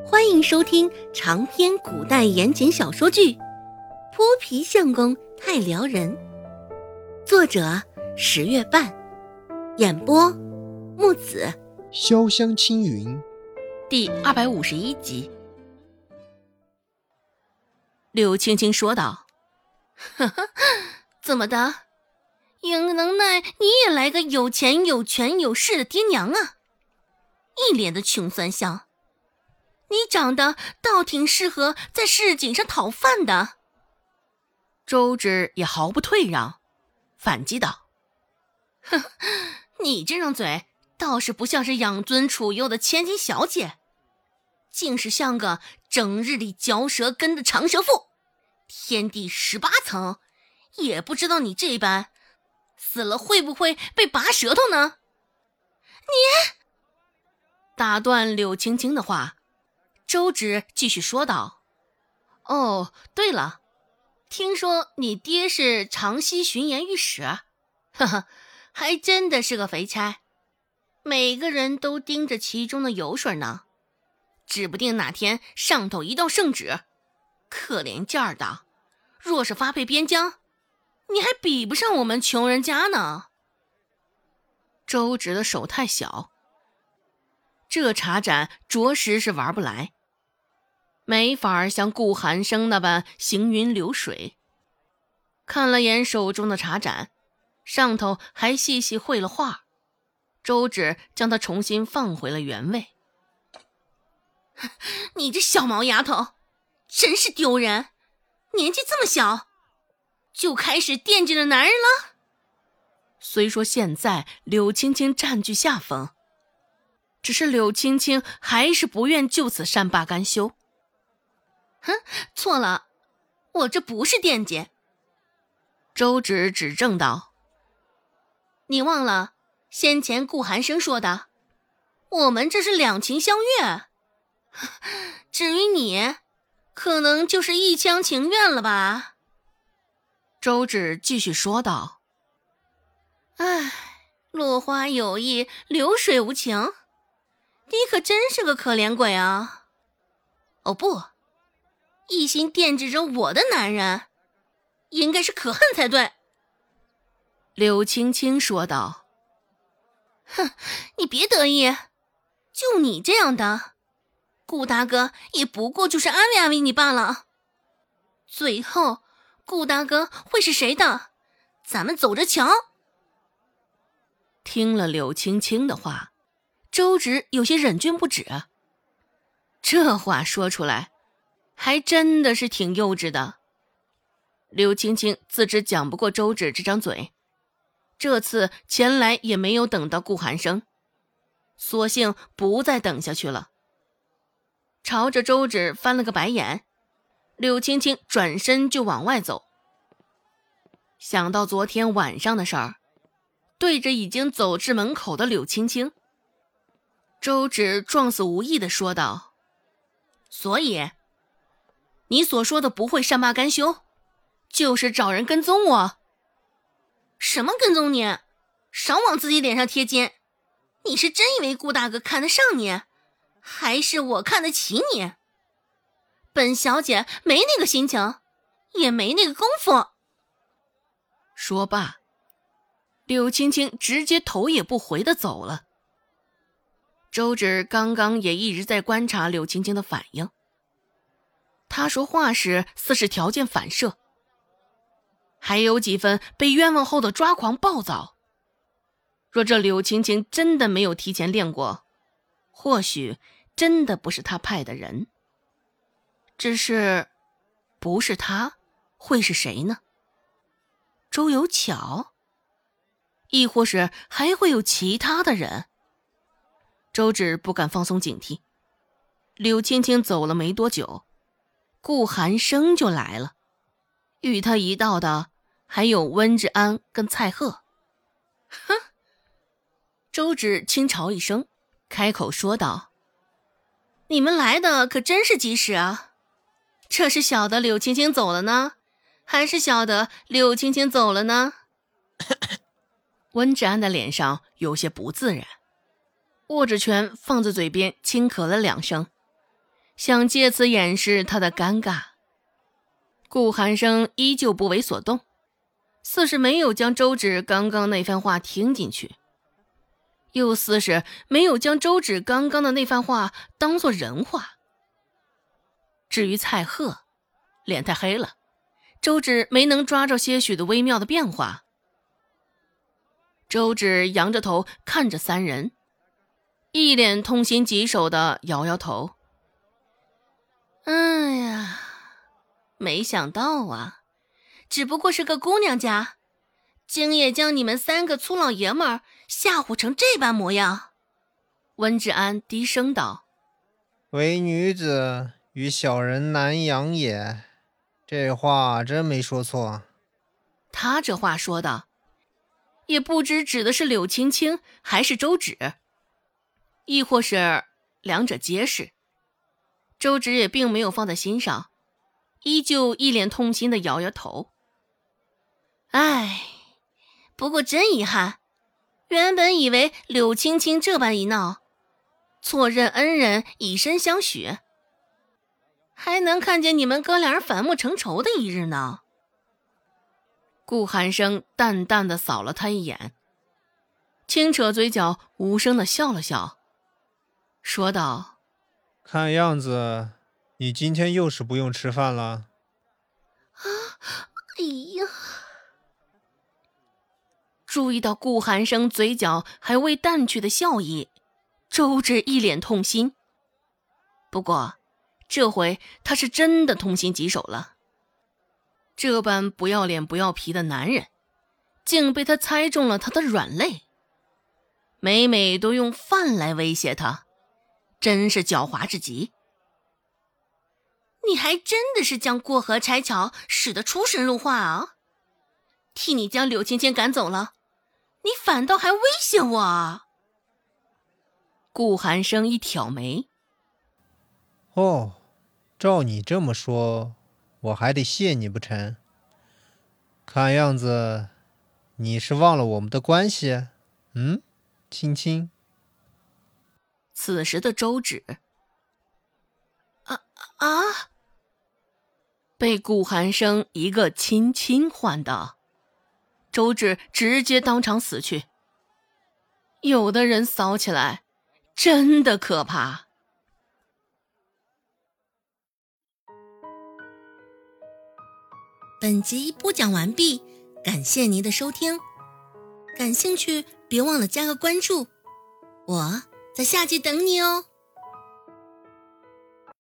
欢迎收听长篇古代言情小说剧《泼皮相公太撩人》，作者十月半，演播木子潇湘青云， 第251集。柳青青说道：呵呵，怎么的，有能耐你也来个有钱有权有势的爹娘啊，一脸的穷酸相。你长得倒挺适合在市井上讨饭的。周芷也毫不退让，反击道：哼，你这张嘴倒是不像是养尊处优的千金小姐，竟是像个整日里嚼舌根的长舌妇，天地18层，也不知道你这般死了会不会被拔舌头呢？你打断柳青青的话，周芷继续说道：哦，对了，听说你爹是长溪巡盐御史，呵呵，还真的是个肥差，每个人都盯着其中的油水呢，指不定哪天上头一道圣旨，可怜劲儿的，若是发配边疆，你还比不上我们穷人家呢。周芷的手太小，这茶盏着实是玩不来，没法像顾寒生那般行云流水。看了眼手中的茶盏，上头还细细绘了画，周芷将它重新放回了原位。你这小毛丫头，真是丢人，年纪这么小就开始惦记着男人了。虽说现在柳青青占据下风，只是柳青青还是不愿就此善罢甘休。哼，错了，我这不是惦记。周芷指正道：你忘了先前顾寒生说的，我们这是两情相悦，至于你，可能就是一厢情愿了吧。周芷继续说道：唉，落花有意，流水无情，你可真是个可怜鬼啊。哦不，一心惦记着我的男人，应该是可恨才对。柳青青说道：哼，你别得意，就你这样的，顾大哥也不过就是安慰安慰你罢了。最后顾大哥会是谁的，咱们走着瞧。听了柳青青的话，周芷有些忍俊不止。这话说出来还真的是挺幼稚的。柳青青自知讲不过周芷这张嘴，这次前来也没有等到顾寒生，索性不再等下去了，朝着周芷翻了个白眼。柳青青转身就往外走。想到昨天晚上的事儿，对着已经走至门口的柳青青，周芷状似无意地说道：所以你所说的不会善罢甘休，就是找人跟踪我？什么跟踪你？少往自己脸上贴金，你是真以为顾大哥看得上你，还是我看得起你？本小姐没那个心情，也没那个功夫。说罢，柳青青直接头也不回地走了。周芷刚刚也一直在观察柳青青的反应，她说话时似是条件反射，还有几分被冤枉后的抓狂暴躁。若这柳青青真的没有提前练过，或许真的不是她派的人。只是不是她，会是谁呢？周有巧，亦或是还会有其他的人？周芷不敢放松警惕。柳青青走了没多久，顾寒生就来了，与他一道的还有温志安跟蔡贺。哼！周芷轻嘲一声，开口说道：你们来的可真是及时啊，这是晓得柳青青走了呢，还是晓得柳青青走了呢？温志安的脸上有些不自然，握着拳放在嘴边轻咳了2声， 想借此掩饰他的尴尬。顾寒生依旧不为所动，似是没有将周芷刚刚那番话听进去，又似是没有将周芷刚刚的那番话当作人话。至于蔡贺，脸太黑了，周芷没能抓着些许的微妙的变化。周芷扬着头看着三人，一脸痛心疾首的摇摇头。哎呀，没想到啊，只不过是个姑娘家，竟也将你们3个粗老爷们儿吓唬成这般模样。温志安低声道： 为女子与小人难养也，这话真没说错。 他这话说的，也不知指的是柳青青还是周芷，亦或是两者皆是。周芷也并没有放在心上，依旧一脸痛心的摇摇头。唉，不过真遗憾，原本以为柳青青这般一闹，错认恩人以身相许，还能看见你们哥俩人反目成仇的一日呢。顾寒生淡淡的扫了他一眼，轻扯嘴角，无声的笑了笑，说道： 看样子你今天又是不用吃饭了。 哎呀！ 注意到顾寒生嘴角还未淡去的笑意，周芷一脸痛心。不过这回他是真的痛心疾首了，这般不要脸不要皮的男人，竟被他猜中了他的软肋，每每都用饭来威胁他，真是狡猾至极。你还真的是将过河拆桥使得出神入化啊！替你将柳青青赶走了，你反倒还威胁我啊！顾寒生一挑眉， 哦，照你这么说，我还得谢你不成？看样子你是忘了我们的关系，青青。 此时的周芷被顾寒生一个亲亲唤的，周芷直接当场死去。有的人骚起来真的可怕。 本集播讲完毕，感谢您的收听。感兴趣别忘了加个关注，我在下集等你哦。